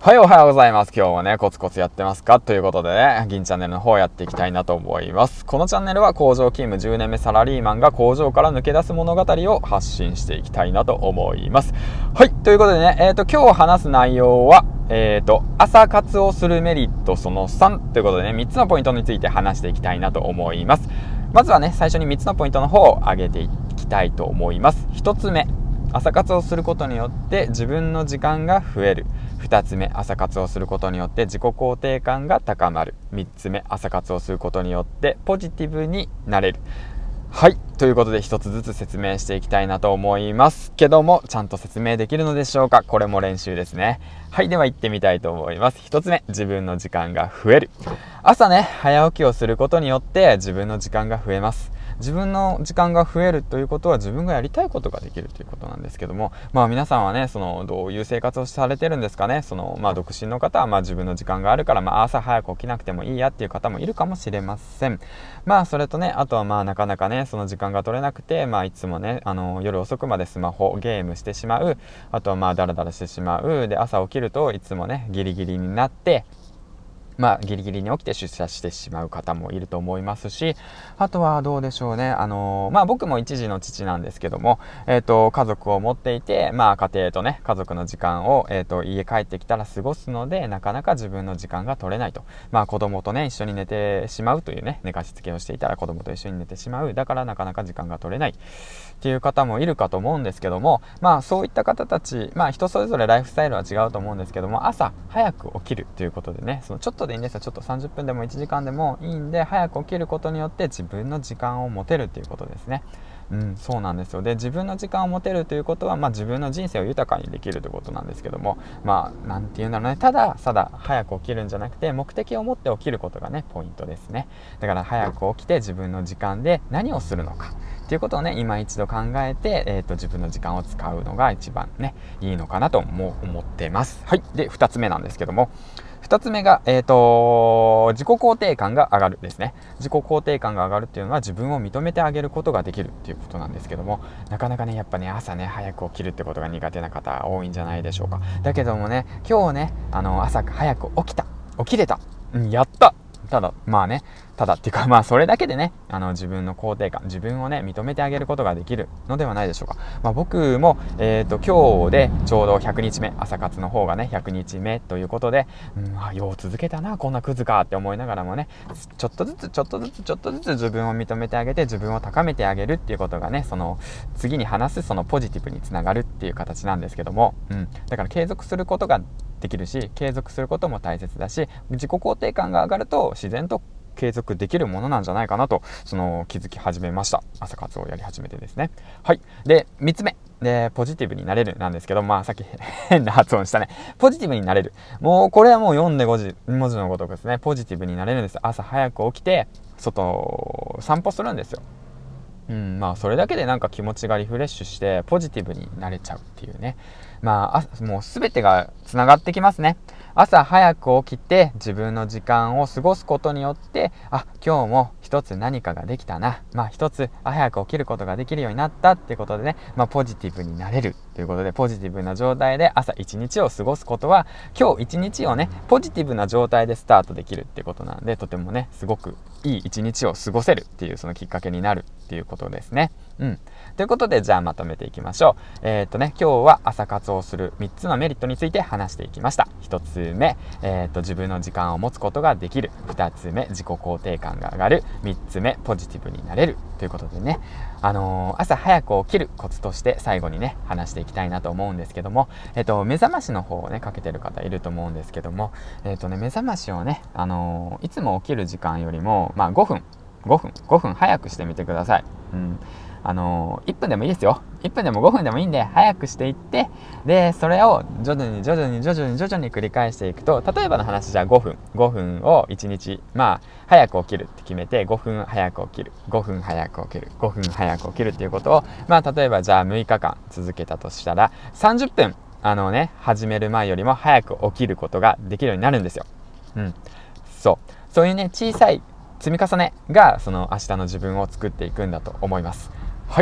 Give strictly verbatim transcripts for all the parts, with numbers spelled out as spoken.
はい、おはようございます。今日もね、コツコツやってますかということでね、銀チャンネルの方やっていきたいなと思います。このチャンネルは工場勤務じゅうねんめサラリーマンが工場から抜け出す物語を発信していきたいなと思います。はい、ということでね、えっと、今日話す内容は、えっと、朝活をするメリットそのさんということでね、みっつのポイントについて話していきたいなと思います。まずはね、最初にみっつのポイントの方を挙げていきたいと思います。ひとつめ、朝活をすることによって自分の時間が増える。ふたつめ、朝活をすることによって自己肯定感が高まる。みっつめ、朝活をすることによってポジティブになれる。はい、ということで一つずつ説明していきたいなと思いますけども、ちゃんと説明できるのでしょうか。これも練習ですね。はい、では行ってみたいと思います。ひとつめ、自分の時間が増える。朝ね、早起きをすることによって自分の時間が増えます。自分の時間が増えるということは自分がやりたいことができるということなんですけども、まあ皆さんはね、そのどういう生活をされてるんですかね。そのまあ独身の方はまあ自分の時間があるから、まあ朝早く起きなくてもいいやっていう方もいるかもしれません。まあそれとね、あとはまあなかなかね、その時間が取れなくて、まあいつもね、あの夜遅くまでスマホゲームしてしまう、あとはまあダラダラしてしまう、で朝起きるといつもねギリギリになって、まあギリギリに起きて出社してしまう方もいると思いますし、あとはどうでしょうね、あのー、まあ僕も一児の父なんですけども、えっと家族を持っていて、まあ家庭とね家族の時間を、えっと家帰ってきたら過ごすので、なかなか自分の時間が取れないと。まあ子供とね一緒に寝てしまうというね、寝かしつけをしていたら子供と一緒に寝てしまう、だからなかなか時間が取れないっていう方もいるかと思うんですけども、まあそういった方たち、まあ人それぞれライフスタイルは違うと思うんですけども、朝早く起きるということでね、そのちょっとでいいんですよ。ちょっとさんじゅっぷんでもいちじかんでもいいんで、早く起きることによって自分の時間を持てるということですね。うん、そうなんですよ。で、自分の時間を持てるということは、まあ自分の人生を豊かにできるということなんですけども、まあなんていうんだろうね、ただただ早く起きるんじゃなくて、目的を持って起きることがねポイントですね。だから早く起きて自分の時間で何をするのかっていうことをね、今一度考えて、えーと、自分の時間を使うのが一番ねいいのかなとも思ってます。はい。で、ふたつめなんですけども、ふたつめが、えーと、自己肯定感が上がるですね。自己肯定感が上がるっていうのは自分を認めてあげることができるっていうことなんですけども、なかなかねやっぱね朝ね早く起きるってことが苦手な方多いんじゃないでしょうか。だけどもね、今日ねあの朝早く起きた、起きれた、うん、やった。ただまあねただっていうかまあそれだけでね、あの自分の肯定感、自分をね認めてあげることができるのではないでしょうか。まあ僕もえっと今日でちょうどひゃくにちめ、朝活の方がねひゃくにちめということで、うん、あよう続けたなこんなクズかって思いながらもね、ちょっとずつちょっとずつちょっとずつ自分を認めてあげて、自分を高めてあげるっていうことがね、その次に話すそのポジティブにつながるっていう形なんですけども、うん、だから継続することができるし、継続することも大切だし、自己肯定感が上がると自然と継続できるものなんじゃないかなと、その気づき始めました。朝活をやり始めてですね。はい。で、みっつめでポジティブになれるなんですけど、まあさっき変な発音したね。ポジティブになれる、もうこれはもう読んでごじ文字のごとくですね。ポジティブになれるんです。朝早く起きて外散歩するんですよ。うん、まあそれだけでなんか気持ちがリフレッシュしてポジティブになれちゃうっていうね。まあもう全てがつながってきますね。朝早く起きて自分の時間を過ごすことによって、あ今日も一つ何かができたな、まあ一つ早く起きることができるようになったっていうことでね、まあポジティブになれるということで、ポジティブな状態で朝一日を過ごすことは、今日一日をねポジティブな状態でスタートできるっていうことなんで、とてもねすごくいい一日を過ごせるっていうそのきっかけになるっていうことですね。うん。ということで、じゃあまとめていきましょう。えー、っとね、今日は朝活をするみっつのメリットについて話していきました。ひとつめ、えー、っと自分の時間を持つことができる。ふたつめ、自己肯定感が上がる。みっつめ、ポジティブになれる。ということでね、あのー、朝早く起きるコツとして最後にね話していきたいなと思うんですけども、えー、っと目覚ましの方をねかけてる方いると思うんですけども、えー、っとね目覚ましをね、あのー、いつも起きる時間よりもまあごふんごふんごふん早くしてみてください。うん、あのー、いっぷんでもいいですよ。いっぷんでもごふんでもいいんで早くしていって、でそれを徐々に徐々に徐々に徐々に繰り返していくと、例えばの話じゃあごふんごふんをいちにちまあ早く起きるって決めて、ごふん早く起きるごふん早く起きるごふん早く起きるっていうことを、まあ例えばじゃあむいかかん続けたとしたら、さんじゅっぷんあのね始める前よりも早く起きることができるようになるんですよ。うん、そうそういうね小さい積み重ねがその明日の自分を作っていくんだと思います。はい。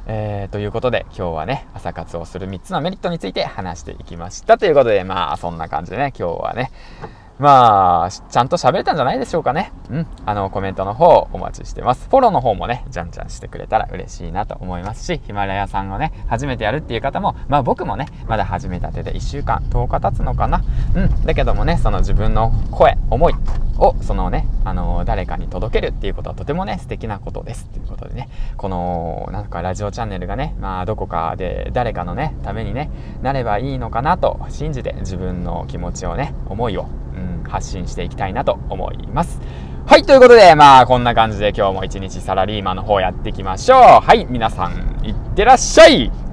えー、ということで今日はね朝活をするみっつのメリットについて話していきましたということで、まあそんな感じでね今日はねまあちゃんと喋れたんじゃないでしょうかね。うんあのコメントの方お待ちしてます。フォローの方もねじゃんじゃんしてくれたら嬉しいなと思いますし、ヒマラヤさんをね初めてやるっていう方も、まあ僕もねまだ始めたてでいっしゅうかんとおか経つのかな。うんだけどもねその自分の声思いをそのねあの誰かに届けるっていうことはとてもね素敵なことですということでね、このなんかラジオチャンネルがねまあどこかで誰かのねためにねなればいいのかなと信じて、自分の気持ちをね思いを、うん、発信していきたいなと思います。はいということで、まあこんな感じで今日も一日サラリーマンの方やっていきましょう。はい皆さんいってらっしゃい。